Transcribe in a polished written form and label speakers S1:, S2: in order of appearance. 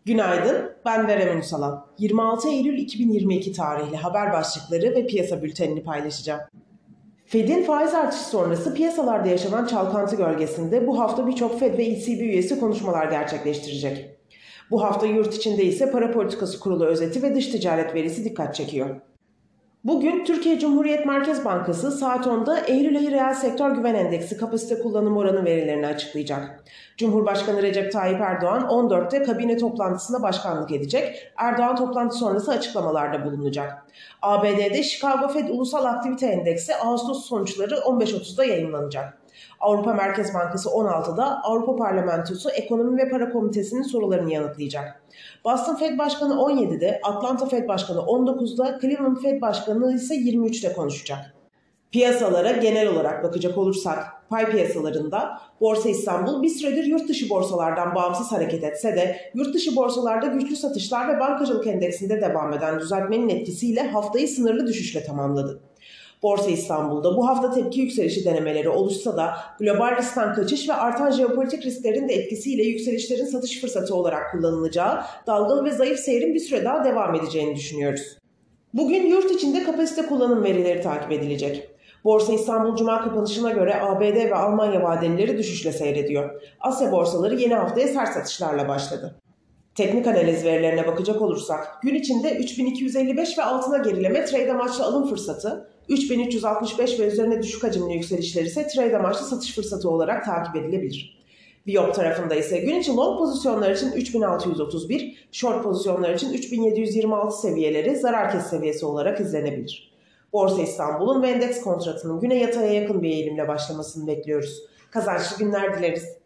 S1: Günaydın, ben Verem Ünsalan. 26 Eylül 2022 tarihli haber başlıkları ve piyasa bültenini paylaşacağım. Fed'in faiz artışı sonrası piyasalarda yaşanan çalkantı gölgesinde bu hafta birçok Fed ve ECB üyesi konuşmalar gerçekleştirecek. Bu hafta yurt içinde ise para politikası kurulu özeti ve dış ticaret verisi dikkat çekiyor. Bugün Türkiye Cumhuriyet Merkez Bankası saat 10'da Eylül ayı reel sektör güven endeksi kapasite kullanım oranı verilerini açıklayacak. Cumhurbaşkanı Recep Tayyip Erdoğan 14'te kabine toplantısına başkanlık edecek. Erdoğan toplantı sonrası açıklamalarda bulunacak. ABD'de Chicago Fed Ulusal Aktivite Endeksi Ağustos sonuçları 15.30'da yayınlanacak. Avrupa Merkez Bankası 16'da Avrupa Parlamentosu Ekonomi ve Para Komitesi'nin sorularını yanıtlayacak. Boston Fed Başkanı 17'de, Atlanta Fed Başkanı 19'da, Cleveland Fed Başkanı ise 23'te konuşacak. Piyasalara genel olarak bakacak olursak, pay piyasalarında Borsa İstanbul bir süredir yurt dışı borsalardan bağımsız hareket etse de yurt dışı borsalarda güçlü satışlar ve bankacılık endeksinde devam eden düzeltmenin etkisiyle haftayı sınırlı düşüşle tamamladı. Borsa İstanbul'da bu hafta tepki yükselişi denemeleri oluşsa da global riskten kaçış ve artan jeopolitik risklerin de etkisiyle yükselişlerin satış fırsatı olarak kullanılacağı, dalgalı ve zayıf seyrin bir süre daha devam edeceğini düşünüyoruz. Bugün yurt içinde kapasite kullanım verileri takip edilecek. Borsa İstanbul Cuma kapanışına göre ABD ve Almanya vadeleri düşüşle seyrediyor. Asya borsaları yeni haftaya sert satışlarla başladı. Teknik analiz verilerine bakacak olursak, gün içinde 3255 ve altına gerileme trade amaçlı alım fırsatı, 3365 ve üzerine düşük hacimli yükselişler ise trade amaçlı satış fırsatı olarak takip edilebilir. Viyop tarafında ise gün içi long pozisyonlar için 3631, short pozisyonlar için 3726 seviyeleri zarar kes seviyesi olarak izlenebilir. Borsa İstanbul'un ve endeks kontratının güne yataya yakın bir eğilimle başlamasını bekliyoruz. Kazançlı günler dileriz.